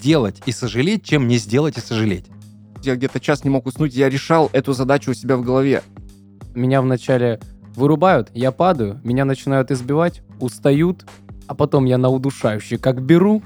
сделать и сожалеть, чем не сделать и сожалеть. Я где-то час не мог уснуть, я решал эту задачу у себя в голове. Меня вначале вырубают, я падаю, меня начинают избивать, устают, а потом я на удушающий как беру.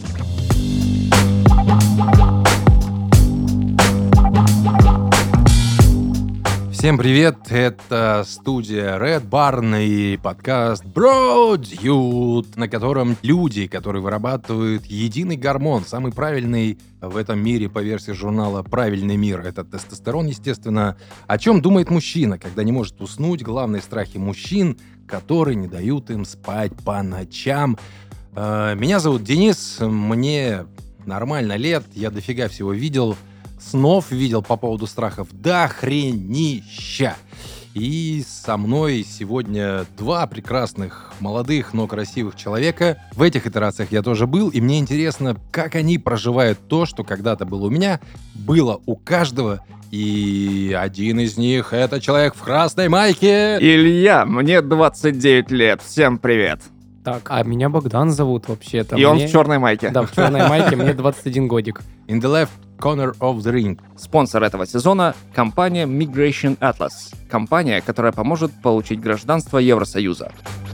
Всем привет, это студия Red Barn и подкаст Bro Dude, на котором люди, которые вырабатывают единый гормон, самый правильный в этом мире по версии журнала «Правильный мир», это тестостерон, естественно. О чем думает мужчина, когда не может уснуть, главные страхи мужчин, которые не дают им спать по ночам. Меня зовут Денис, мне нормально лет, я дофига всего видел, снов видел по поводу страхов до хренища. И со мной сегодня два прекрасных, молодых, но красивых человека. В этих итерациях я тоже был, и мне интересно, как они проживают то, что когда-то было у меня, было у каждого. И один из них — это человек в красной майке. Илья, мне 29 лет, всем привет. Так, а меня Богдан зовут вообще-то. И он в черной майке. Да, в черной майке, мне 21 годик. In the left corner of the ring. Спонсор этого сезона — компания Migration Atlas. Компания, которая поможет получить гражданство Евросоюза.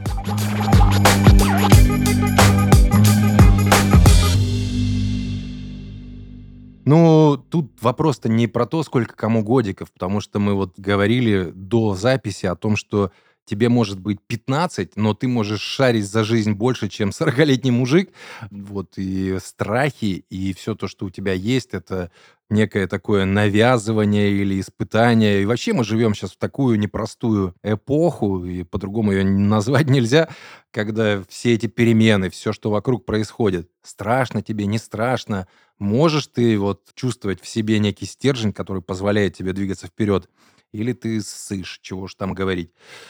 Ну, тут вопрос-то не про то, сколько кому годиков, потому что мы вот говорили до записи о том, что тебе может быть 15, но ты можешь шарить за жизнь больше, чем 40-летний мужик. Вот, и страхи, и все то, что у тебя есть, это некое такое навязывание или испытание. И вообще мы живем сейчас в такую непростую эпоху, и по-другому ее назвать нельзя, когда все эти перемены, все, что вокруг происходит, страшно тебе, не страшно, можешь ты вот чувствовать в себе некий стержень, который позволяет тебе двигаться вперед, или ты ссышь, чего ж там говорить.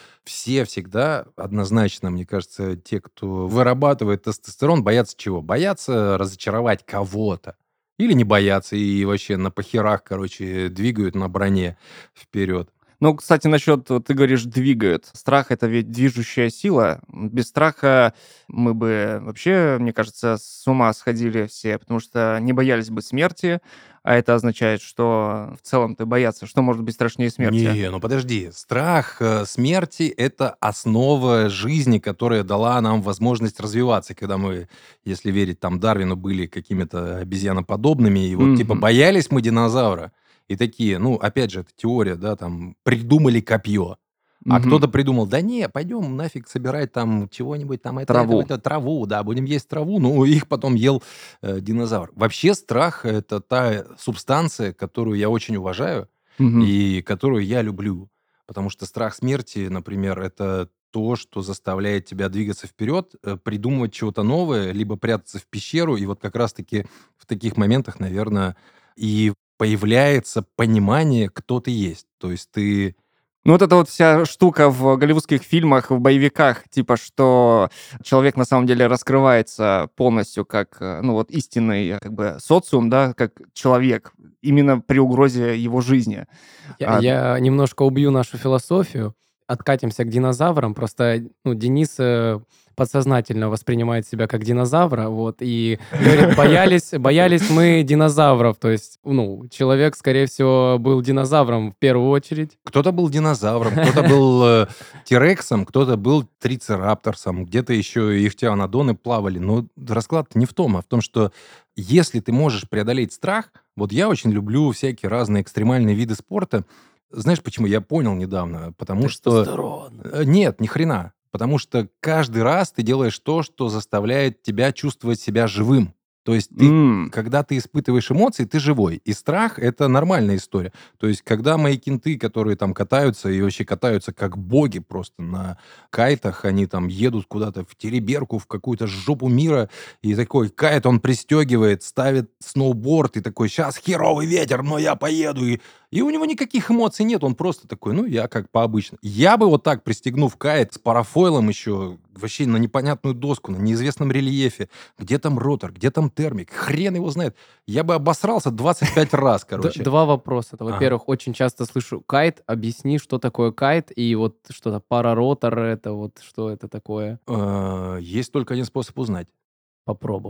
Все всегда однозначно, мне кажется, те, кто вырабатывает тестостерон, боятся чего? Боятся разочаровать кого-то. Или не боятся и вообще на похерах, короче, двигают на броне вперед. Ну, кстати, насчет, вот ты говоришь, двигают. Страх — это ведь движущая сила. Без страха мы бы вообще, мне кажется, с ума сходили все, потому что не боялись бы смерти, а это означает, что в целом-то бояться, что может быть страшнее смерти. Не, ну подожди. Страх смерти — это основа жизни, которая дала нам возможность развиваться. Когда мы, если верить там Дарвину, были какими-то обезьяноподобными, и вот типа Мгм. боялись мы динозавра, и такие, ну, опять же, это теория, да, там, придумали копье. А Мгм. кто-то придумал, да не, пойдем нафиг собирать там чего-нибудь, там Траву. траву, да, будем есть траву. Ну, их потом ел динозавр. Вообще страх — это та субстанция, которую я очень уважаю Мгм. и которую я люблю. Потому что страх смерти, например, это то, что заставляет тебя двигаться вперед, придумывать чего-то новое, либо прятаться в пещеру. И вот как раз-таки в таких моментах, наверное, и появляется понимание, кто ты есть. То есть ты... Ну, вот эта вот вся штука в голливудских фильмах, в боевиках, типа, что человек на самом деле раскрывается полностью как, ну, вот истинный, как бы, социум, да, как человек, именно при угрозе его жизни. Я, А, я немножко убью нашу философию, откатимся к динозаврам. Просто, ну, Денис подсознательно воспринимает себя как динозавра, вот, и говорит, боялись мы динозавров. То есть, ну, человек, скорее всего, был динозавром в первую очередь. Кто-то был динозавром, кто-то был тирексом, кто-то был трицерапторсом, где-то еще ихтианодоны плавали. Но расклад не в том, а в том, что если ты можешь преодолеть страх, вот я очень люблю всякие разные экстремальные виды спорта. Знаешь, почему? Я понял недавно. Потому что... Тестостерон. Нет, ни хрена. Потому что каждый раз ты делаешь то, что заставляет тебя чувствовать себя живым. То есть ты, м, когда ты испытываешь эмоции, ты живой. И страх — это нормальная история. То есть когда мои кенты, которые там катаются и вообще катаются как боги просто на кайтах, они там едут куда-то в Тереберку, в какую-то жопу мира, и такой кайт он пристегивает, ставит сноуборд, и такой, сейчас херовый ветер, но я поеду. И у него никаких эмоций нет, он просто такой, ну, я как по обычно. Я бы вот так, пристегнув кайт с парафойлом еще, вообще на непонятную доску, на неизвестном рельефе, где там ротор, где там термик, хрен его знает. Я бы обосрался 25 раз, короче. Два вопроса. Это, Ага. во-первых, очень часто слышу кайт. Объясни, что такое кайт, и вот что-то параротор, это вот что это такое? Есть только один способ узнать. Попробовать.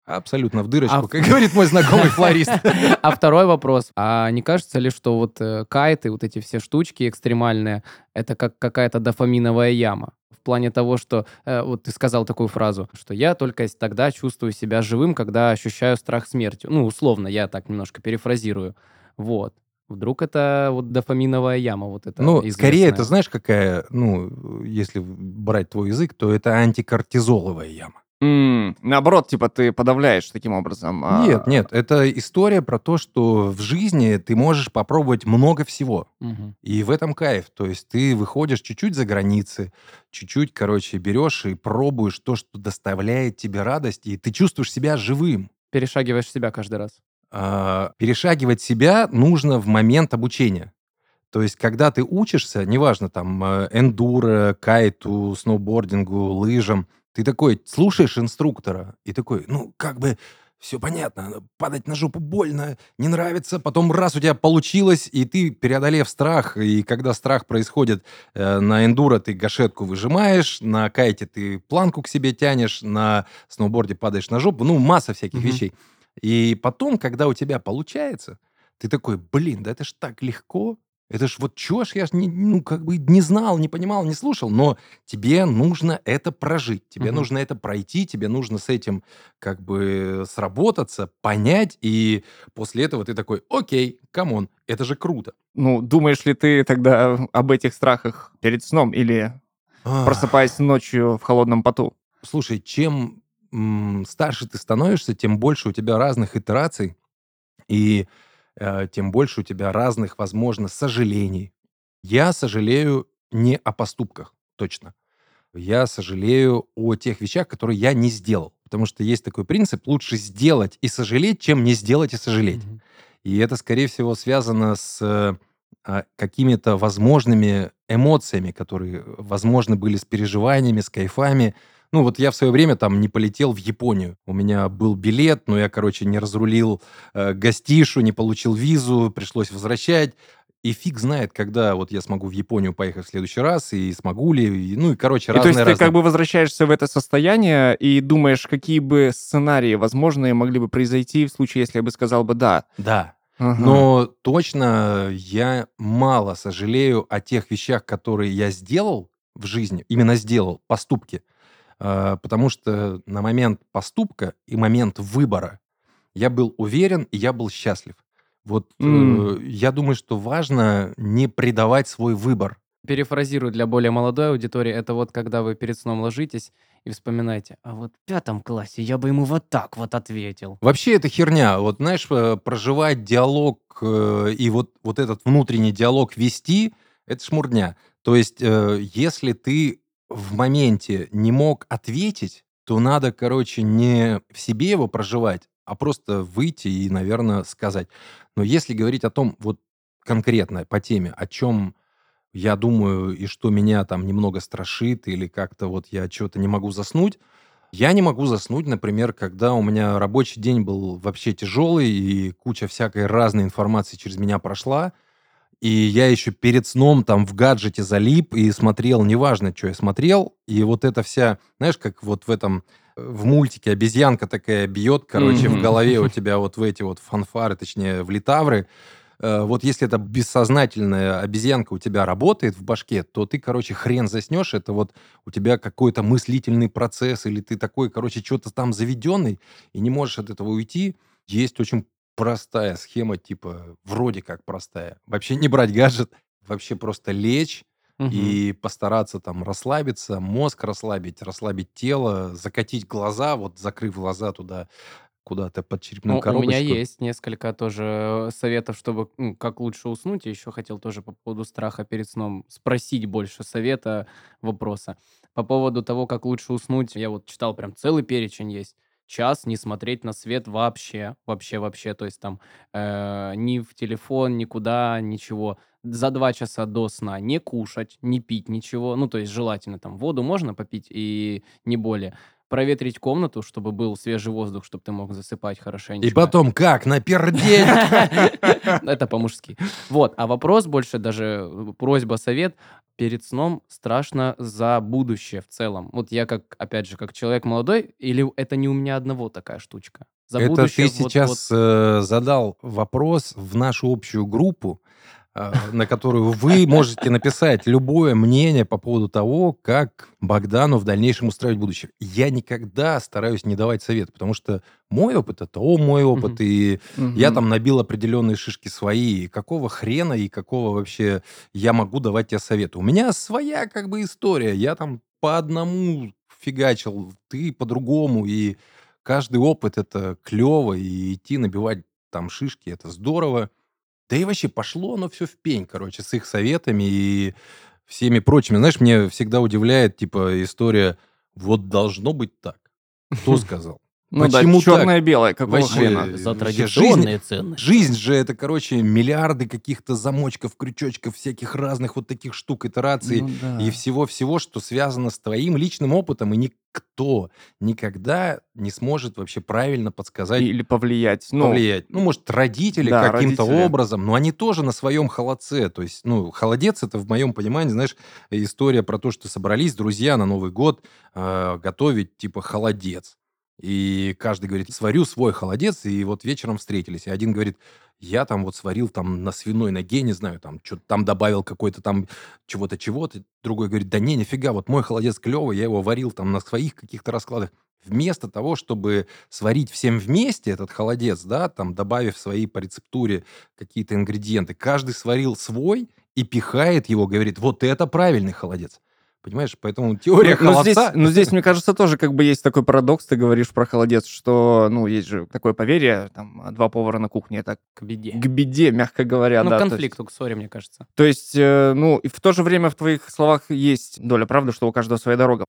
Абсолютно в А дырочку, как говорит мой знакомый флорист. А второй вопрос. А не кажется ли, что вот кайты, вот эти все штучки экстремальные, это как какая-то дофаминовая яма? В плане того, что вот ты сказал такую фразу, что я только тогда чувствую себя живым, когда ощущаю страх смерти. Ну, условно, я так немножко перефразирую. Вот. Вдруг это вот дофаминовая яма, вот эта Ну, скорее, это известная. знаешь, какая, ну, если брать твой язык, то это антикортизоловая яма. Наоборот, типа ты подавляешь таким образом. Нет, нет, это история про то, что в жизни ты можешь попробовать много всего. Мгм. И в этом кайф. То есть ты выходишь чуть-чуть за границы, чуть-чуть, короче, берешь и пробуешь то, что доставляет тебе радость, и ты чувствуешь себя живым. Перешагиваешь себя каждый раз. Перешагивать себя нужно в момент обучения. То есть, когда ты учишься, неважно, там, эндуро, кайту, сноубордингу, лыжам, ты такой слушаешь инструктора и такой, ну, как бы все понятно, падать на жопу больно, не нравится, потом раз у тебя получилось, и ты, преодолев страх, и когда страх происходит, на эндуро ты гашетку выжимаешь, на кайте ты планку к себе тянешь, на сноуборде падаешь на жопу, ну, масса всяких Мгм. вещей. И потом, когда у тебя получается, ты такой, блин, да это ж так легко, это ж вот чё ж я ж не, ну, как бы не знал, не понимал, не слушал, но тебе нужно это прожить, тебе Мгм. нужно это пройти, тебе нужно с этим как бы сработаться, понять, и после этого ты такой, окей, камон, это же круто. Ну, думаешь ли ты тогда об этих страхах перед сном или Ах, просыпаясь ночью в холодном поту? слушай, чем старше ты становишься, тем больше у тебя разных итераций, и тем больше у тебя разных, возможно, сожалений. Я сожалею не о поступках, точно. Я сожалею о тех вещах, которые я не сделал. Потому что есть такой принцип: лучше сделать и сожалеть, чем не сделать и сожалеть. Мгм. И это, скорее всего, связано с какими-то возможными эмоциями, которые, возможно, были с переживаниями, с кайфами. Ну, вот я в свое время там не полетел в Японию. У меня был билет, но я, короче, не разрулил гостишу, не получил визу, пришлось возвращать. И фиг знает, когда вот я смогу в Японию поехать в следующий раз, и смогу ли. Ну, и, короче, И то есть ты как разное-разное. бы возвращаешься в это состояние и думаешь, какие бы сценарии возможные могли бы произойти в случае, если я бы сказал бы «да». Да. Ага. Но точно я мало сожалею о тех вещах, которые я сделал в жизни, именно сделал, поступки. Потому что на момент поступка и момент выбора я был уверен и я был счастлив. Вот М. я думаю, что важно не предавать свой выбор. Перефразирую для более молодой аудитории. Это вот когда вы перед сном ложитесь и вспоминаете: а вот в 5 классе я бы ему вот так вот ответил. Вообще это херня. Вот знаешь, проживать диалог и вот этот внутренний диалог вести, это шмурдня. То есть, если ты в моменте не мог ответить, то надо, короче, не в себе его проживать, а просто выйти и, наверное, сказать. Но если говорить о том, вот конкретно по теме, о чем я думаю и что меня там немного страшит или как-то вот я чего-то не могу заснуть, я не могу заснуть, например, когда у меня рабочий день был вообще тяжелый, и куча всякой разной информации через меня прошла, и я еще перед сном там в гаджете залип и смотрел, неважно, что я смотрел, и вот эта вся, знаешь, как вот в этом, в мультике обезьянка такая бьет, короче, в Мгм. голове у тебя вот в эти вот фанфары, точнее, в литавры, вот если эта бессознательная обезьянка у тебя работает в башке, то ты, короче, хрен заснешь. Это вот у тебя какой-то мыслительный процесс, или ты такой, короче, что-то там заведенный, и не можешь от этого уйти. Есть очень простая схема, типа, вроде как простая. Вообще не брать гаджет, вообще просто лечь Мгм. и постараться там расслабиться, мозг расслабить, расслабить тело, закатить глаза, вот закрыв глаза туда куда-то под черепную У меня коробочку. есть несколько тоже советов, чтобы, ну, как лучше уснуть. Я еще хотел тоже по поводу страха перед сном спросить больше совета, вопроса. По поводу того, как лучше уснуть, я вот читал прям целый перечень есть. Час не смотреть на свет вообще, вообще, вообще. То есть там ни в телефон, никуда, ничего. За 2 часа до сна не кушать, не пить ничего. Ну, то есть желательно там воду можно попить и не более. проветрить комнату, чтобы был свежий воздух, чтобы ты мог засыпать хорошенечко. И потом как? Напердеть? Это по-мужски. Вот, а вопрос больше даже, просьба, совет. Перед сном страшно за будущее в целом. Вот я как, опять же, как человек молодой, или это не у меня одного такая штучка? За Это будущее ты вот... сейчас задал вопрос в нашу общую группу, на которую вы можете написать любое мнение по поводу того, как Богдану в дальнейшем устраивать будущее. Я никогда стараюсь не давать совет, потому что мой опыт — это мой опыт, Мгм. и я Мгм. там набил определенные шишки свои. И какого хрена и какого вообще я могу давать тебе советы? У меня своя как бы история. Я там по одному фигачил, ты по-другому, и каждый опыт — это клево, и идти набивать там шишки — это здорово. Да и вообще пошло оно все в пень, короче, с их советами и всеми прочими. Знаешь, мне всегда удивляет, типа, история: "Вот должно быть так". Кто сказал? Ну да, Почему так? черное-белое, какого Вообще, хрена? За вообще традиционные ценности. жизнь же это, короче, миллиарды каких-то замочков, крючочков, всяких разных вот таких штук, итераций Ну и да. всего-всего, что связано с твоим личным опытом, и никто никогда не сможет вообще правильно подсказать, Или повлиять. Ну, повлиять. Ну, может, родители да, каким-то родители. образом, но они тоже на своем холодце. То есть, ну, холодец — это, в моем понимании, знаешь, история про то, что собрались друзья на Новый год готовить, типа, холодец. И каждый говорит: сварю свой холодец, и вот вечером встретились. И один говорит: я там вот сварил там на свиной ноге, не знаю, там что-то там добавил какой-то там чего-то. Другой говорит: да не, нифига, вот мой холодец клевый, я его варил там на своих каких-то раскладах. Вместо того, чтобы сварить всем вместе этот холодец, да, там добавив свои по рецептуре какие-то ингредиенты, каждый сварил свой и пихает его, говорит: вот это правильный холодец. Понимаешь? Поэтому теория холодца... Но здесь, мне кажется, тоже как бы есть такой парадокс, ты говоришь про холодец, что, ну, есть же такое поверье, там, два повара на кухне, это К беде. к беде, мягко говоря, Ну, да. к то есть- конфликту, к ссоре, мне кажется. То есть, ну, и в то же время в твоих словах есть доля правды, что у каждого своя дорога.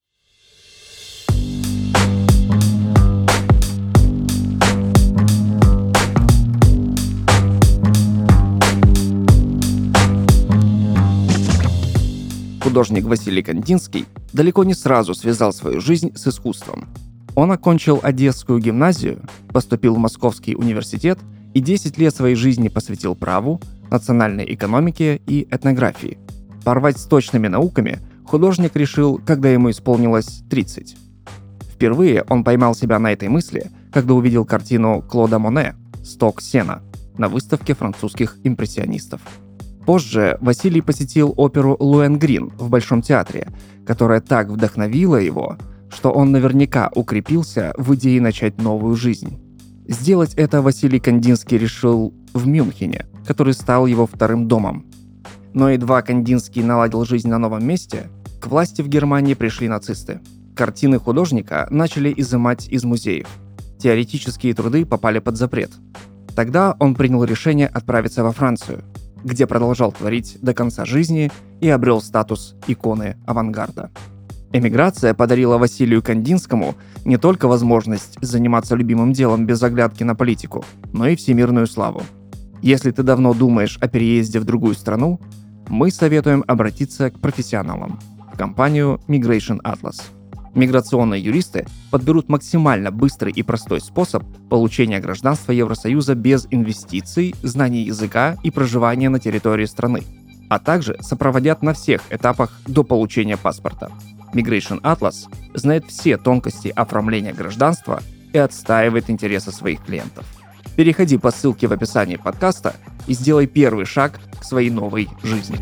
Художник Василий Кандинский далеко не сразу связал свою жизнь с искусством. Он окончил Одесскую гимназию, поступил в Московский университет и 10 лет своей жизни посвятил праву, национальной экономике и этнографии. Порвать с точными науками художник решил, когда ему исполнилось 30. Впервые он поймал себя на этой мысли, когда увидел картину Клода Моне «Сток сена» на выставке французских импрессионистов. Позже Василий посетил оперу «Лоэнгрин» в Большом театре, которая так вдохновила его, что он наверняка укрепился в идее начать новую жизнь. Сделать это Василий Кандинский решил в Мюнхене, который стал его вторым домом. Но едва Кандинский наладил жизнь на новом месте, к власти в Германии пришли нацисты. Картины художника начали изымать из музеев. Теоретические труды попали под запрет. Тогда он принял решение отправиться во Францию, где продолжал творить до конца жизни и обрел статус иконы авангарда. Эмиграция подарила Василию Кандинскому не только возможность заниматься любимым делом без оглядки на политику, но и всемирную славу. Если ты давно думаешь о переезде в другую страну, мы советуем обратиться к профессионалам в компанию Migration Atlas. Миграционные юристы подберут максимально быстрый и простой способ получения гражданства Евросоюза без инвестиций, знаний языка и проживания на территории страны, а также сопроводят на всех этапах до получения паспорта. Migration Atlas знает все тонкости оформления гражданства и отстаивает интересы своих клиентов. Переходи по ссылке в описании подкаста и сделай первый шаг к своей новой жизни.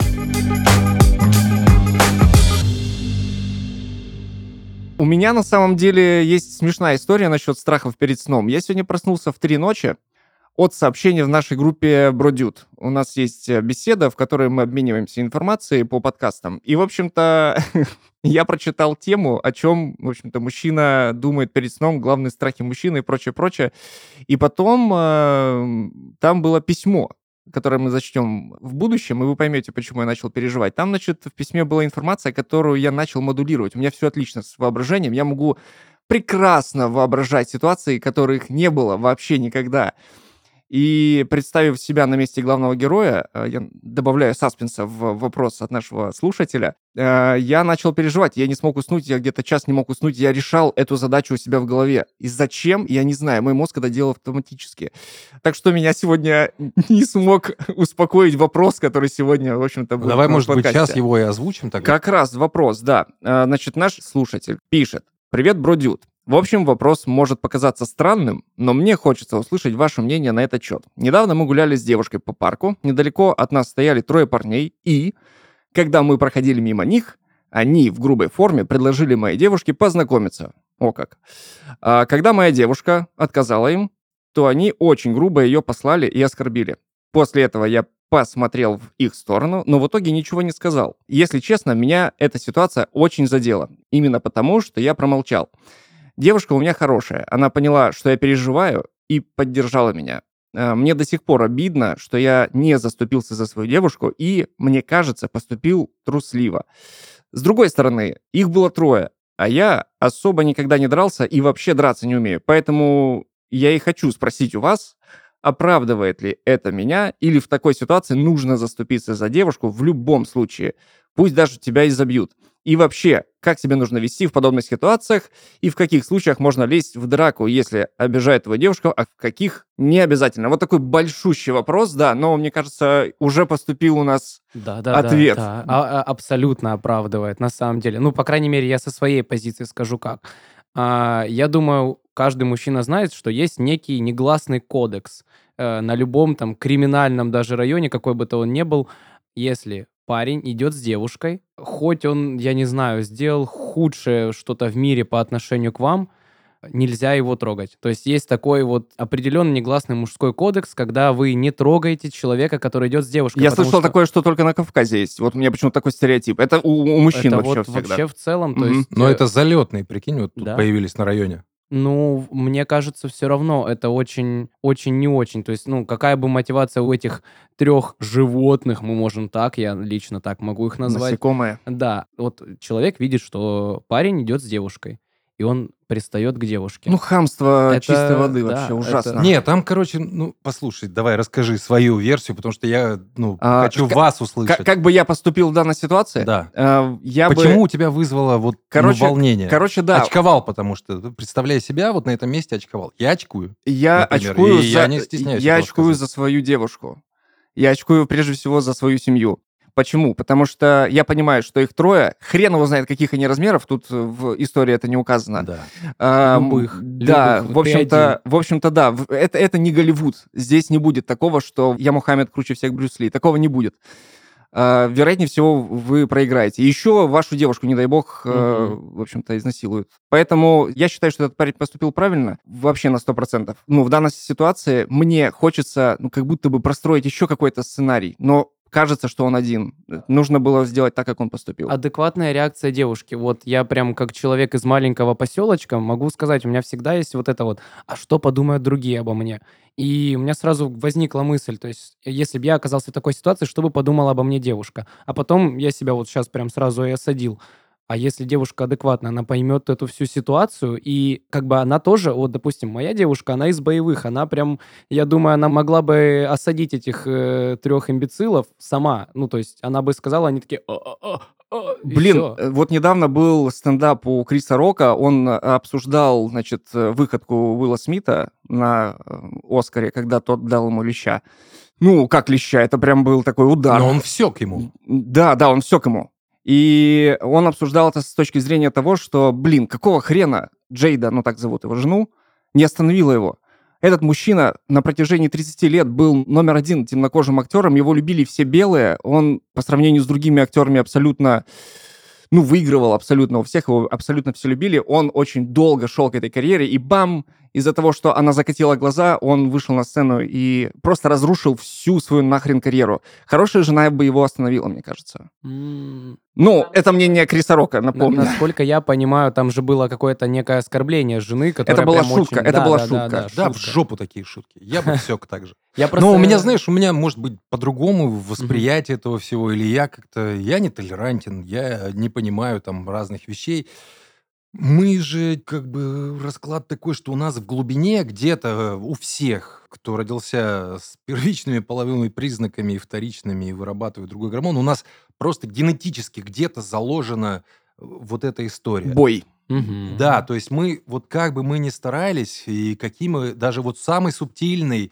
У меня на самом деле есть смешная история насчет страхов перед сном. Я сегодня проснулся в 3 ночи от сообщения в нашей группе Бродют. У нас есть беседа, в которой мы обмениваемся информацией по подкастам. И, в общем-то, я прочитал тему, о чем, в общем-то, мужчина думает перед сном, главные страхи мужчины и прочее. И потом там было письмо, которое мы зачтем в будущем, и вы поймете, почему я начал переживать. Там, значит, в письме была информация, которую я начал модулировать. У меня все отлично с воображением. Я могу прекрасно воображать ситуации, которых не было вообще никогда. И представив себя на месте главного героя, я добавляю саспенса в вопрос от нашего слушателя, я начал переживать. Я не смог уснуть, я где-то час не мог уснуть. Я решал эту задачу у себя в голове. И зачем, я не знаю. Мой мозг это делал автоматически. Так что меня сегодня не смог успокоить вопрос, который сегодня, в общем-то, будет Давай, в может быть, подкасте. сейчас его и озвучим тогда. Как раз вопрос, да. Значит, наш слушатель пишет. «Привет, бродюд. В общем, вопрос может показаться странным, но мне хочется услышать ваше мнение на этот счет. Недавно мы гуляли с девушкой по парку, недалеко от нас стояли 3 парней, и, когда мы проходили мимо них, они в грубой форме предложили моей девушке познакомиться. О как. А когда моя девушка отказала им, то они очень грубо ее послали и оскорбили. После этого я посмотрел в их сторону, но в итоге ничего не сказал. Если честно, меня эта ситуация очень задела. Именно потому, что я промолчал. Девушка у меня хорошая. Она поняла, что я переживаю, и поддержала меня. Мне до сих пор обидно, что я не заступился за свою девушку и, мне кажется, поступил трусливо. С другой стороны, их было 3, а я особо никогда не дрался и вообще драться не умею. Поэтому я и хочу спросить у вас, оправдывает ли это меня, или в такой ситуации нужно заступиться за девушку в любом случае, пусть даже тебя и забьют. И вообще, как себя нужно вести в подобных ситуациях, и в каких случаях можно лезть в драку, если обижает твою девушку, а в каких не обязательно. Вот такой большущий вопрос, да, но, мне кажется, уже поступил у нас ответ. Да. Абсолютно оправдывает, на самом деле. Ну, по крайней мере, я со своей позиции скажу как. Я думаю, каждый мужчина знает, что есть некий негласный кодекс на любом там криминальном даже районе, какой бы то он ни был, если парень идет с девушкой, хоть он, я не знаю, сделал худшее что-то в мире по отношению к вам, нельзя его трогать. То есть есть такой вот определенный негласный мужской кодекс, когда вы не трогаете человека, который идет с девушкой. Я слышал такое, что только на Кавказе есть. Вот у меня почему-то такой стереотип. Это у мужчин это вообще вот всегда. вообще в целом, то есть... Но это залетные, прикинь, вот тут Да. появились на районе. Ну, мне кажется, все равно это очень, очень не очень. То есть, ну, какая бы мотивация у этих 3 животных, мы можем так, я лично так могу их назвать. Насекомые. Да, вот человек видит, что парень идет с девушкой, и он пристает к девушке. Ну, хамство Это- чистой воды да, вообще это- ужасно. Нет, там, короче, ну, послушай, давай расскажи свою версию, потому что я, хочу как- вас услышать. Как бы я поступил в данной ситуации? Да. Я Почему бы... у тебя вызвало вот Короче, волнение? Короче, да. Очковал, потому что, представляя себя, вот на этом месте очковал. Я очкую. Я например, очкую, и я не стесняюсь я этого очкую сказать. за свою девушку. Я очкую прежде всего за свою семью. Почему? Потому что я понимаю, что их 3, хрен его знает, каких они размеров, тут в истории это не указано. Да. Любых. Да, Любых. в общем-то, да. Это не Голливуд. Здесь не будет такого, что я Мухаммед круче всех Брюс Ли. Такого не будет. Вероятнее всего, вы проиграете. Еще вашу девушку, не дай бог, в общем-то, изнасилуют. Поэтому я считаю, что этот парень поступил правильно, вообще на 100%. Ну, в данной ситуации мне хочется, как будто бы простроить еще какой-то сценарий, но кажется, что он один. Нужно было сделать так, как он поступил. Адекватная реакция девушки. Вот я прям как человек из маленького поселочка могу сказать, у меня всегда есть вот это вот, а что подумают другие обо мне? И у меня сразу возникла мысль, то есть если бы я оказался в такой ситуации, что бы подумала обо мне девушка? А потом я себя вот сейчас прям сразу и осадил. А если девушка адекватна, она поймет эту всю ситуацию, и как бы она тоже, вот, допустим, моя девушка, она из боевых, она прям, я думаю, она могла бы осадить этих 3 имбецилов сама. Ну, то есть она бы сказала, они такие... и Блин, всё. вот недавно был стендап у Криса Рока, он обсуждал, значит, выходку Уилла Смита на Оскаре, когда тот дал ему леща. Ну, как леща, это прям был такой удар. Но он всек ему. Да, он всек ему. И он обсуждал это с точки зрения того, что, блин, какого хрена Джейда, ну так зовут его жену, не остановила его. Этот мужчина на протяжении 30 лет был номер 1 темнокожим актером, его любили все белые, он по сравнению с другими актерами абсолютно, выигрывал абсолютно у всех, его абсолютно все любили, он очень долго шел к этой карьере, и бам, из-за того, что она закатила глаза, он вышел на сцену и просто разрушил всю свою нахрен карьеру. Хорошая жена бы его остановила, мне кажется. Это мнение Криса Рока, напомню. Насколько я понимаю, там же было какое-то некое оскорбление жены, которое Это была прям шутка, очень... это Да, была да, шутка. да, Да, в шутка. жопу такие шутки. Я бы всек так же. Я просто... Но у меня, знаешь, может быть по-другому восприятие этого всего, или я не толерантен, я не понимаю там разных вещей. Мы же, как бы, расклад такой, что у нас в глубине где-то у всех, кто родился с первичными половыми признаками и вторичными, и вырабатывает другой гормон, у нас просто генетически где-то заложена вот эта история. Бой. Да, то есть мы, вот как бы мы ни старались, и какие мы, даже вот самый субтильный,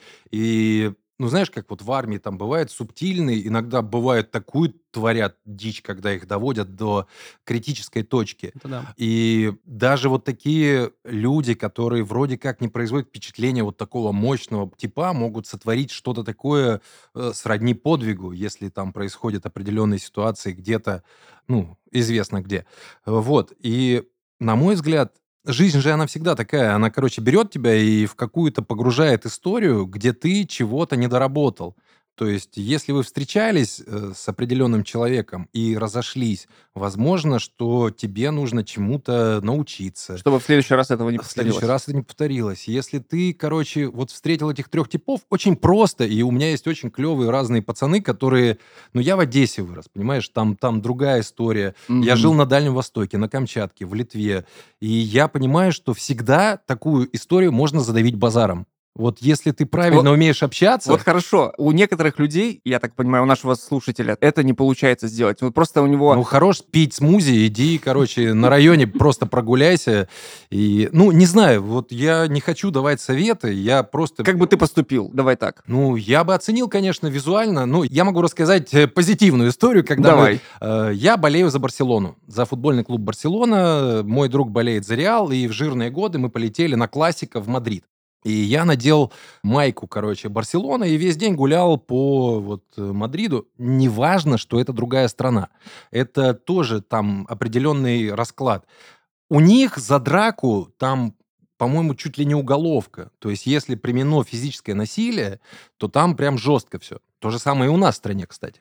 и, ну, знаешь, как вот в армии там бывает субтильный, иногда бывает такую творят дичь, когда их доводят до критической точки. Это да. И даже вот такие люди, которые вроде как не производят впечатления вот такого мощного типа, могут сотворить что-то такое сродни подвигу, если там происходят определенные ситуации где-то, ну, известно где. Вот. И, на мой взгляд, жизнь же, она всегда такая. Она, короче, берет тебя и в какую-то погружает историю, где ты чего-то не доработал. То есть, если вы встречались с определенным человеком и разошлись, возможно, что тебе нужно чему-то научиться. Чтобы в следующий раз этого не В следующий повторилось. раз это не повторилось. Если ты, короче, вот встретил этих 3 типов, очень просто, и у меня есть очень клевые разные пацаны, которые... Ну, я в Одессе вырос, понимаешь, там другая история. Я жил Мгм. на Дальнем Востоке, на Камчатке, в Литве, и я понимаю, что всегда такую историю можно задавить базаром. Вот если ты правильно Вот умеешь общаться... вот хорошо. У некоторых людей, я так понимаю, у нашего слушателя, это не получается сделать. Вот просто у него... Ну, хорош пить смузи, иди, короче, на районе просто прогуляйся. И, ну, не знаю, вот я не хочу давать советы, я просто... Как бы ты поступил? Давай так. Ну, я бы оценил, конечно, визуально. Ну, я могу рассказать позитивную историю, когда Давай. я болею за Барселону, за футбольный клуб Барселона. Мой друг болеет за Реал, и в жирные годы мы полетели на классика в Мадрид. И я надел майку, короче, Барселона, и весь день гулял по вот Мадриду. Неважно, что это другая страна. Это тоже там определенный расклад. У них за драку там, по-моему, чуть ли не уголовка. То есть, если применено физическое насилие, то там прям жестко все. То же самое и у нас в стране, кстати.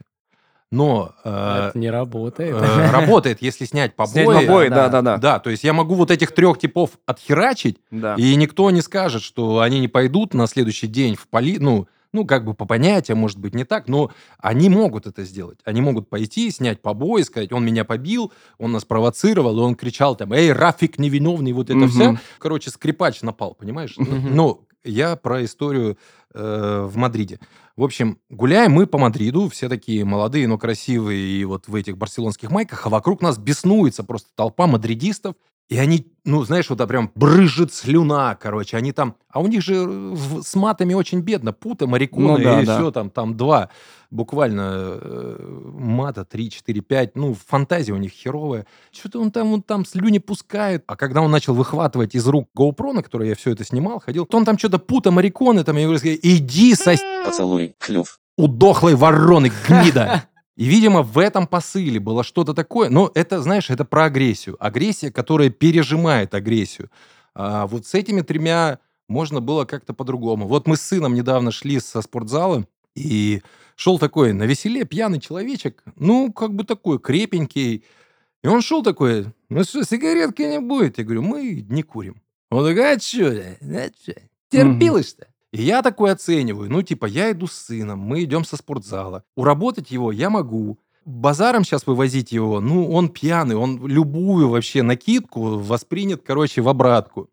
Но Это не работает. работает, если снять Снять побои. побои, Да, да-да-да. Да, то есть я могу вот этих 3 типов отхерачить, Да. и никто не скажет, что они не пойдут на следующий день в ну, как бы по понятиям, может быть, не так, но они могут это сделать. Они могут пойти, снять побои, сказать, он меня побил, он нас провоцировал, и он кричал там, эй, Рафик невиновный, вот это все. Мгм. Короче, скрипач напал, понимаешь? Мгм. Ну, я про историю в Мадриде. В общем, гуляем мы по Мадриду, все такие молодые, но красивые, и вот в этих барселонских майках, а вокруг нас беснуется просто толпа мадридистов, и они, ну, знаешь, вот прям брызжет слюна, короче, они там... А у них же с матами очень бедно. Пута, марикуна, Ну да, и да. все там 2. Буквально мата 3, 4, 5. Ну, фантазия у них херовая. Что-то он там слюни пускает. А когда он начал выхватывать из рук GoPro, на которой я все это снимал, ходил, то он там что-то пута, мариконы, там, я говорю, иди Поцелуй, клюв. у дохлой вороны, гнида. И, видимо, в этом посыле было что-то такое. Но это, знаешь, это про агрессию. Агрессия, которая пережимает агрессию. А вот с этими 3 можно было как-то по-другому. Вот мы с сыном недавно шли со спортзала, и шел такой навеселе пьяный человечек, ну, как бы такой крепенький. И он шел такой, ну что, сигаретки не будет? Я говорю, мы не курим. Он такой, а что, терпилось-то? И я такой оцениваю, ну, типа, я иду с сыном, мы идем со спортзала. Уработать его я могу. Базаром сейчас вывозить его, ну, он пьяный, он любую вообще накидку воспринят, короче, в обратку.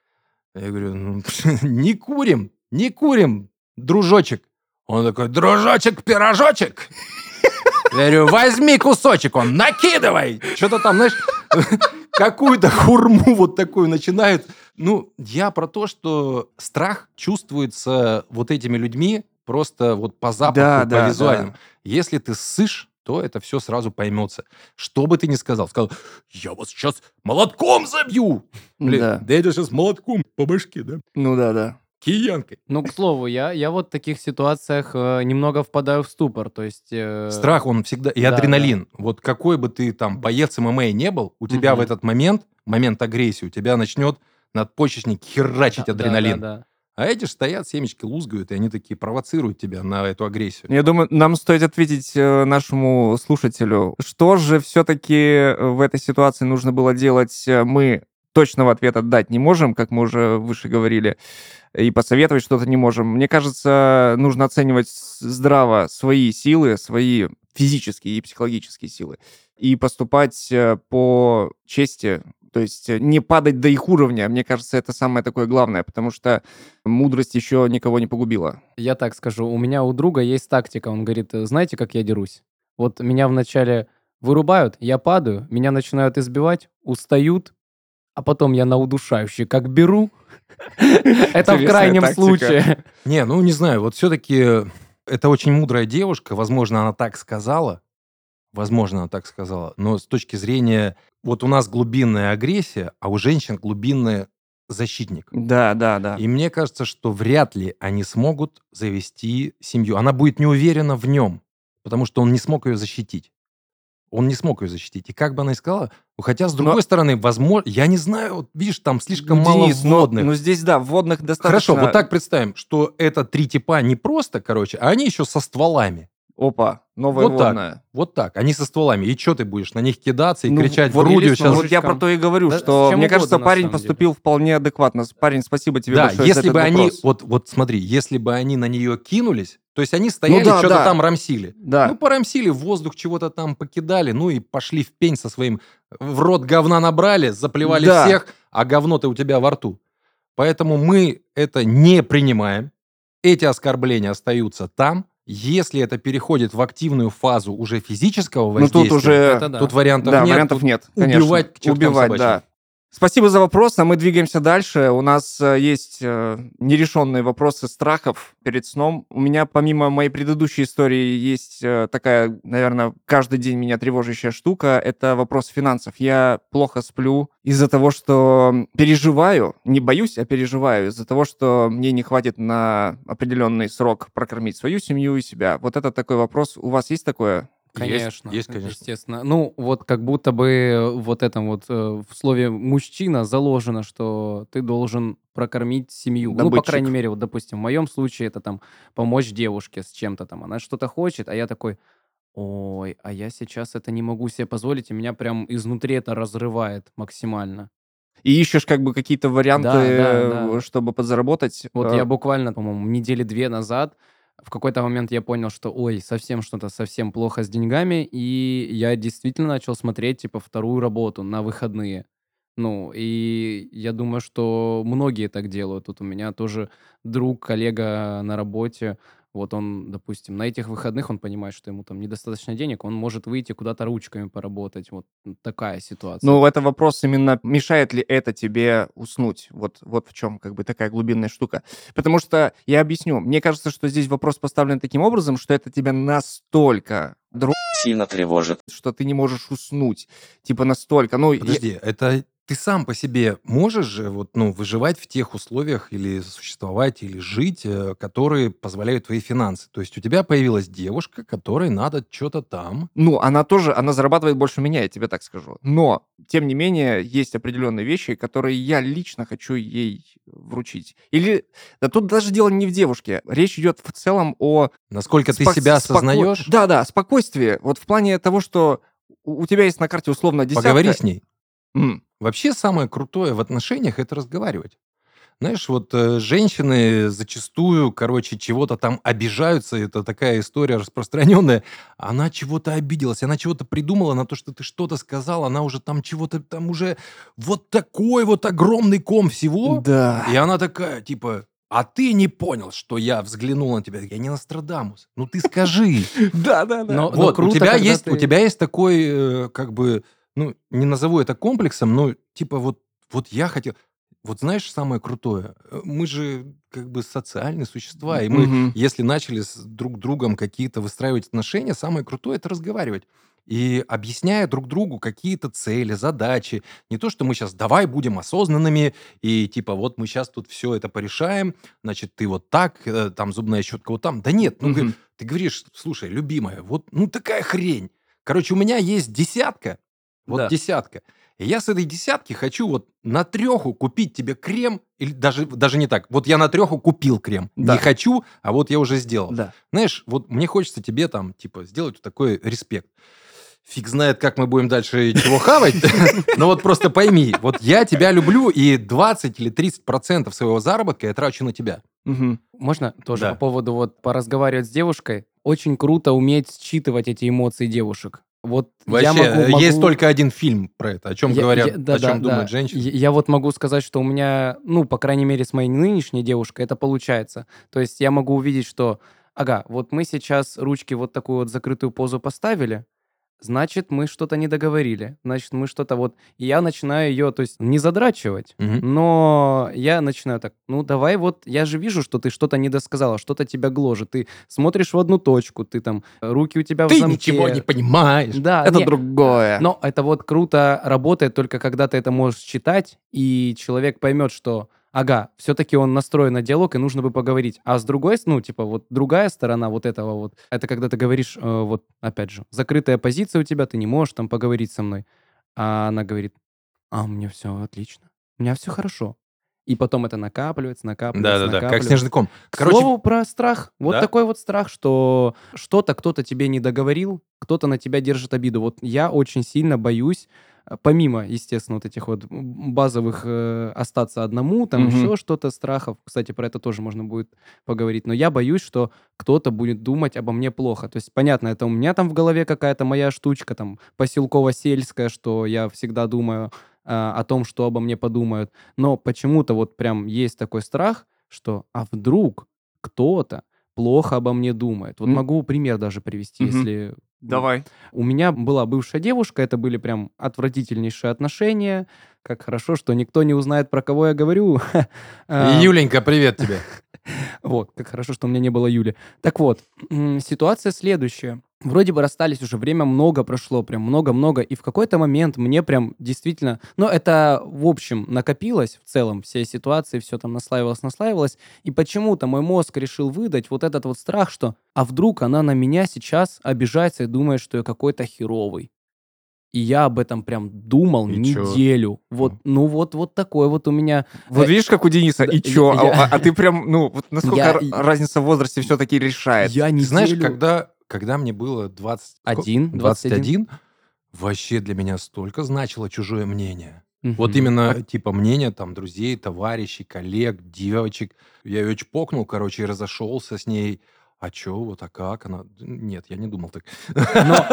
Я говорю, ну, не курим, дружочек. Он такой, дружочек-пирожочек. Я говорю, возьми кусочек, он, накидывай. Что-то там, знаешь, какую-то хурму вот такую начинают. Ну, я про то, что страх чувствуется вот этими людьми просто вот по запаху, Да, по да, визуальному. да. Если ты ссышь, то это все сразу поймется. Что бы ты ни сказал, я вас сейчас молотком забью. Блин, Да. да это сейчас молотком по башке, да? Ну да-да. Киянкой. Ну, к слову, я вот в таких ситуациях немного впадаю в ступор. То есть... Страх, он всегда... И да, адреналин. Вот какой бы ты там боец ММА не был, у тебя в Мгм. этот момент агрессии, у тебя начнет надпочечник херачить Да, адреналин. да. А эти ж стоят, семечки лузгают, и они такие провоцируют тебя на эту агрессию. Я думаю, нам стоит ответить нашему слушателю, что же все-таки в этой ситуации нужно было делать. Мы точного ответа дать не можем, как мы уже выше говорили, и посоветовать что-то не можем. Мне кажется, нужно оценивать здраво свои силы, свои физические и психологические силы, и поступать по чести, То есть не падать до их уровня, мне кажется, это самое такое главное, потому что мудрость еще никого не погубила. Я так скажу, у меня у друга есть тактика. Он говорит, знаете, как я дерусь? Вот меня вначале вырубают, я падаю, меня начинают избивать, устают, а потом я на удушающий как беру. Это в Интересная крайнем тактика. случае. Не, ну не знаю, вот все-таки это очень мудрая девушка, возможно, она так сказала, но с точки зрения, вот у нас глубинная агрессия, а у женщин глубинный защитник. Да, да, да. И мне кажется, что вряд ли они смогут завести семью. Она будет не уверена в нем, потому что он не смог ее защитить. Он не смог ее защитить. И как бы она ни сказала, хотя, с Но, другой стороны, возможно, я не знаю, вот видишь, там слишком ну, мало Денис, вводных. но здесь, да, вводных Хорошо, достаточно... вот так представим, что это 3 типа не просто, короче, а они еще со стволами. Опа, новая Вот так, вводная. вот так. Они со стволами. И что ты будешь на них кидаться и Ну, кричать вот, грудью или с сейчас? вот я про ножичком. то и говорю, Да, с что, чем мне угодно, кажется, на парень самом деле. поступил вполне адекватно. Парень, спасибо тебе Да, большое за если этот бы они, вопрос. вот смотри, если бы они на нее кинулись, то есть они стояли, да, что-то да. там рамсили. Да. Ну, порамсили, в воздух чего-то там покидали, ну и пошли в пень со своим... В рот говна набрали, заплевали Да. всех, а говно-то у тебя во рту. Поэтому мы это не принимаем. Эти оскорбления остаются там. Если это переходит в активную фазу уже физического Ну, воздействия, тут уже... Это да. тут вариантов Да, нет. вариантов тут нет, конечно. убивать к чертям Убивать, собачьим. да. Спасибо за вопрос, а мы двигаемся дальше. У нас есть нерешенные вопросы страхов перед сном. У меня, помимо моей предыдущей истории, есть такая, наверное, каждый день меня тревожащая штука. Это вопрос финансов. Я плохо сплю из-за того, что переживаю, не боюсь, а переживаю, из-за того, что мне не хватит на определенный срок прокормить свою семью и себя. Вот это такой вопрос. У вас есть такое? Конечно, Есть, конечно. естественно. Ну, вот как будто бы вот этом вот в слове «мужчина» заложено, что ты должен прокормить семью. Ну, по Добытчик. крайней мере, вот, допустим, в моем случае это там помочь девушке с чем-то там. Она что-то хочет, а я такой, ой, а я сейчас это не могу себе позволить, и меня прям изнутри это разрывает максимально. И ищешь как бы какие-то варианты, Да. чтобы подзаработать. Вот я буквально, по-моему, недели 2 назад в какой-то момент я понял, что, ой, совсем плохо с деньгами, и я действительно начал смотреть, типа, вторую работу на выходные. Ну, и я думаю, что многие так делают. Тут у меня тоже друг, коллега на работе, вот он, допустим, на этих выходных он понимает, что ему там недостаточно денег, он может выйти куда-то ручками поработать. Вот такая ситуация. Ну, это вопрос именно, мешает ли это тебе уснуть? Вот в чем как бы такая глубинная штука. Потому что, я объясню, мне кажется, что здесь вопрос поставлен таким образом, что это тебя настолько сильно тревожит. что ты не можешь уснуть. Типа настолько. Ну, Подожди, это ты сам по себе можешь же вот, ну, выживать в тех условиях или существовать, или жить, которые позволяют твои финансы? То есть у тебя появилась девушка, которой надо что-то там. Ну, она зарабатывает больше меня, я тебе так скажу. Но, тем не менее, есть определенные вещи, которые я лично хочу ей вручить. Или, да тут даже дело не в девушке. Речь идет в целом о... Насколько ты себя осознаешь, Да, спокойствие. Вот в плане того, что у тебя есть на карте условно десятка. поговори с ней. М. Вообще самое крутое в отношениях — это разговаривать. Знаешь, вот женщины зачастую, короче, чего-то там обижаются, это такая история распространенная. Она чего-то обиделась, она чего-то придумала на то, что ты что-то сказал, она уже там чего-то, там уже вот такой вот огромный ком всего. Да. И она такая, типа, а ты не понял, что я взглянул на тебя? Я не Нострадамус. Ну ты скажи. Да. Но Вот, у круто, тебя когда есть, ты- у тебя есть такой, как бы, ну, не назову это комплексом, но типа вот я хотел... Вот знаешь, самое крутое? Мы же как бы социальные существа, и мы, Мгм. если начали с друг другом какие-то выстраивать отношения, самое крутое — это разговаривать. И объясняя друг другу какие-то цели, задачи. Не то, что мы сейчас давай будем осознанными, и типа вот мы сейчас тут все это порешаем, значит, ты вот так, там зубная щетка вот там. Да нет, ну Мгм. ты говоришь, слушай, любимая, вот ну такая хрень. Короче, у меня есть десятка, вот Да. десятка. И я с этой десятки хочу вот на 3 купить тебе крем, или даже не так. Вот я на 3 купил крем. Да. Не хочу, а вот я уже сделал. Да. Знаешь, вот мне хочется тебе там, типа, сделать вот такой респект. Фиг знает, как мы будем дальше чего хавать, но вот просто пойми, вот я тебя люблю, и 20 или 30% своего заработка я трачу на тебя. Мгм. Можно тоже Да. по поводу вот поразговаривать с девушкой? Очень круто уметь считывать эти эмоции девушек. Вот я Вообще, есть могу... только один фильм про это, о чем говорят, да, о да, чем да. думают женщины. Я вот могу сказать, что у меня, ну, по крайней мере, с моей нынешней девушкой это получается. То есть я могу увидеть, что, ага, вот мы сейчас ручки вот такую вот закрытую позу поставили, значит, мы что-то не договорили. Значит, мы что-то вот... И я начинаю ее, то есть, не задрачивать, Мгм. но я начинаю так, ну, давай вот, я же вижу, что ты что-то не досказала, что-то тебя гложет. Ты смотришь в одну точку, ты там, руки у тебя в Ты замке. ничего не понимаешь. Да, Это не, другое. но это вот круто работает только когда ты это можешь читать, и человек поймет, что, ага, все-таки он настроен на диалог, и нужно бы поговорить. А с другой, ну, типа, вот другая сторона вот этого вот, это когда ты говоришь, вот, опять же, закрытая позиция у тебя, ты не можешь там поговорить со мной. А она говорит, а у меня все отлично, у меня все хорошо. И потом это накапливается, накапливается, Да-да-да, как накапливается. снежный ком. К Короче, слову про страх. Вот да? такой вот страх, что что-то кто-то тебе не договорил, кто-то на тебя держит обиду. Вот я очень сильно боюсь, помимо, естественно, вот этих вот базовых остаться одному, там Мгм. еще что-то, страхов. Кстати, про это тоже можно будет поговорить. Но я боюсь, что кто-то будет думать обо мне плохо. То есть, понятно, это у меня там в голове какая-то моя штучка, там, поселково-сельская, что я всегда думаю о том, что обо мне подумают. Но почему-то вот прям есть такой страх, что а вдруг кто-то плохо обо мне думает. Вот М. могу пример даже привести, Мгм. если... Давай. У меня была бывшая девушка, это были прям отвратительнейшие отношения. Как хорошо, что никто не узнает, про кого я говорю. Юленька, привет тебе. Вот, как хорошо, что у меня не было Юли. Так вот, ситуация следующая. Вроде бы расстались уже, время много прошло, прям много-много, и в какой-то момент мне прям действительно... Ну, это, в общем, накопилось в целом, все ситуации, все там наслаивалось, и почему-то мой мозг решил выдать вот этот вот страх, что а вдруг она на меня сейчас обижается и думает, что я какой-то херовый. И я об этом прям думал И чё? неделю. Вот, ну вот такой вот у меня... Вот видишь, как у Дениса, да, и чё? я- А ты прям, ну, вот насколько Я- разница в возрасте все-таки решает? Я Ты неделю... знаешь, когда мне было 21. 21, вообще для меня столько значило чужое мнение. Вот Мгм. именно типа мнение там друзей, товарищей, коллег, девочек. Я ее чпокнул, короче, и разошелся с ней. А чё, вот, а как она? Нет, я не думал так. Но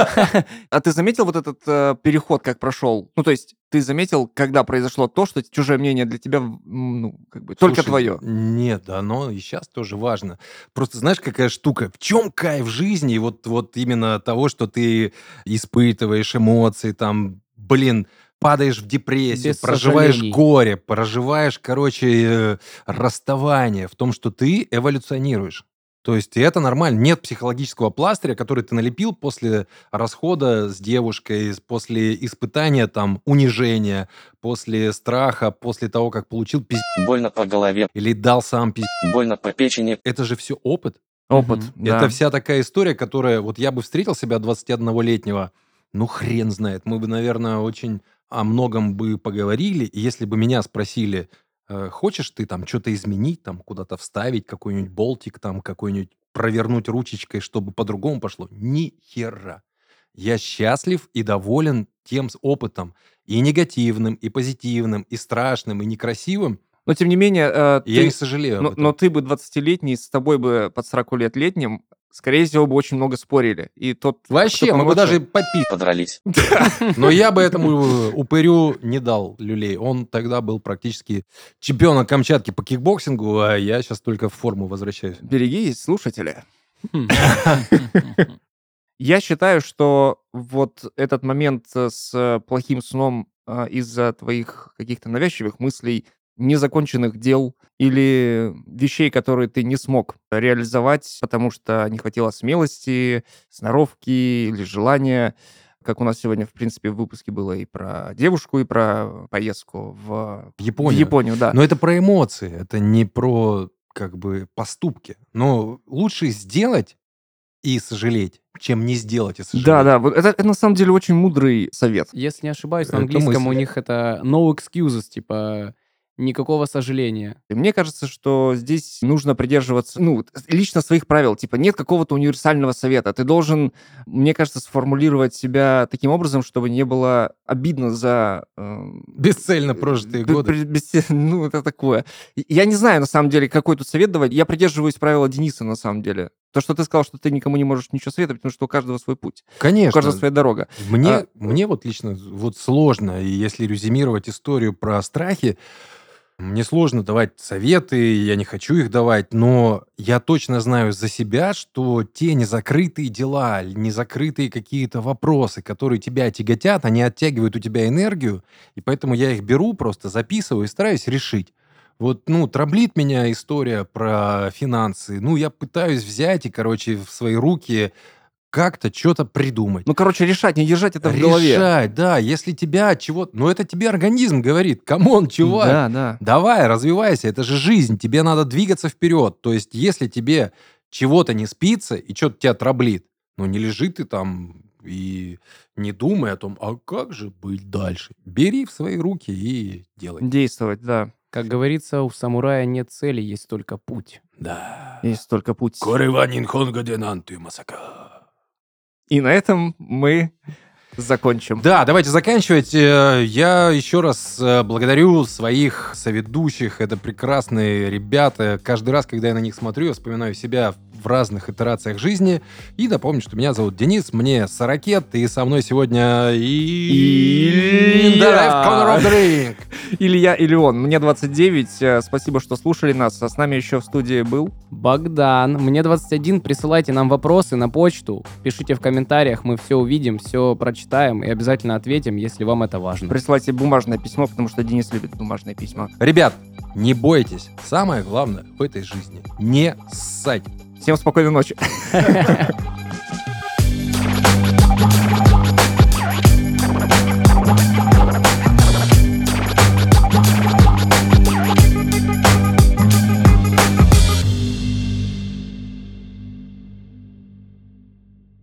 А ты заметил вот этот переход, как прошел? Ну, то есть ты заметил, когда произошло то, что чужое мнение для тебя, ну, как бы только Слушай, твое? нет, да, оно и сейчас тоже важно. Просто знаешь, какая штука? В чем кайф жизни? Вот именно того, что ты испытываешь эмоции, там, блин, падаешь в депрессию, Без проживаешь сожалений. горе, проживаешь, короче, расставание в том, что ты эволюционируешь. То есть и это нормально. Нет психологического пластыря, который ты налепил после расхода с девушкой, после испытания, там, унижения, после страха, после того, как получил Больно по голове, или дал сам больно по печени. Это же все опыт. Опыт, Мгм. да. Это вся такая история, которая... Вот я бы встретил себя 21-летнего, ну, хрен знает. Мы бы, наверное, очень о многом бы поговорили. И если бы меня спросили, хочешь ты там что-то изменить, там куда-то вставить, какой-нибудь болтик, там какой-нибудь провернуть ручечкой, чтобы по-другому пошло? Ни хера. Я счастлив и доволен тем опытом. И негативным, и позитивным, и страшным, и некрасивым. Но тем не менее, И я не ты, сожалею об но этом. ты бы 20-летний, с тобой бы под 40 лет летним, скорее всего, бы очень много спорили. И тот, Вообще, кто мы бы помладше- даже попить. Подрались. Но я бы этому упырю не дал люлей. Он тогда был практически чемпионом Камчатки по кикбоксингу, а я сейчас только в форму возвращаюсь. Берегись, слушатели. Хм. Я считаю, что вот этот момент с плохим сном из-за твоих каких-то навязчивых мыслей, незаконченных дел или вещей, которые ты не смог реализовать, потому что не хватило смелости, сноровки или желания, как у нас сегодня, в принципе, в выпуске было и про девушку, и про поездку в Японию. в Японию, да. Но это про эмоции, это не про как бы поступки. Но лучше сделать и сожалеть, чем не сделать и сожалеть. Да, вот это на самом деле очень мудрый совет. Если не ошибаюсь, на Это английском у мысль. них это no excuses, типа никакого сожаления. И мне кажется, что здесь нужно придерживаться, ну, лично своих правил. Типа нет какого-то универсального совета. Ты должен, мне кажется, сформулировать себя таким образом, чтобы не было обидно за... Бесцельно прожитые годы. Ну, это такое. Я не знаю, на самом деле, какой тут совет давать. Я придерживаюсь правила Дениса, на самом деле. То, что ты сказал, что ты никому не можешь ничего советовать, потому что у каждого свой путь, у Конечно. каждого своя дорога. Мне вот лично вот сложно, и если резюмировать историю про страхи, мне сложно давать советы, я не хочу их давать, но я точно знаю за себя, что те незакрытые дела, незакрытые какие-то вопросы, которые тебя тяготят, они оттягивают у тебя энергию, и поэтому я их беру, просто записываю и стараюсь решить. Вот, траблит меня история про финансы. Я пытаюсь взять и, в свои руки как-то что-то придумать. Решать, не держать это в голове. Решать, да. Если тебя чего-то... это тебе организм говорит. Камон, чувак. Да. Давай, развивайся. Это же жизнь. Тебе надо двигаться вперед. То есть, если тебе чего-то не спится и что-то тебя траблит, не лежи ты там и не думай о том, а как же быть дальше. Бери в свои руки и делай. Действовать, да. Как говорится, у самурая нет цели, есть только путь. Да. Есть только путь. И на этом мы закончим. Да, давайте заканчивать. Я еще раз благодарю своих соведущих. Это прекрасные ребята. Каждый раз, когда я на них смотрю, я вспоминаю себя в разных итерациях жизни. И напомню, что меня зовут Денис, мне 40 лет, и со мной сегодня Илья или он. Мне 29. Спасибо, что слушали нас. А с нами еще в студии был Богдан. Мне 21. Присылайте нам вопросы на почту. Пишите в комментариях, мы все увидим, все прочитаем и обязательно ответим, если вам это важно. Присылайте бумажное письмо, потому что Денис любит бумажные письма. Ребят, не бойтесь. Самое главное в этой жизни — не ссать. Всем спокойной ночи.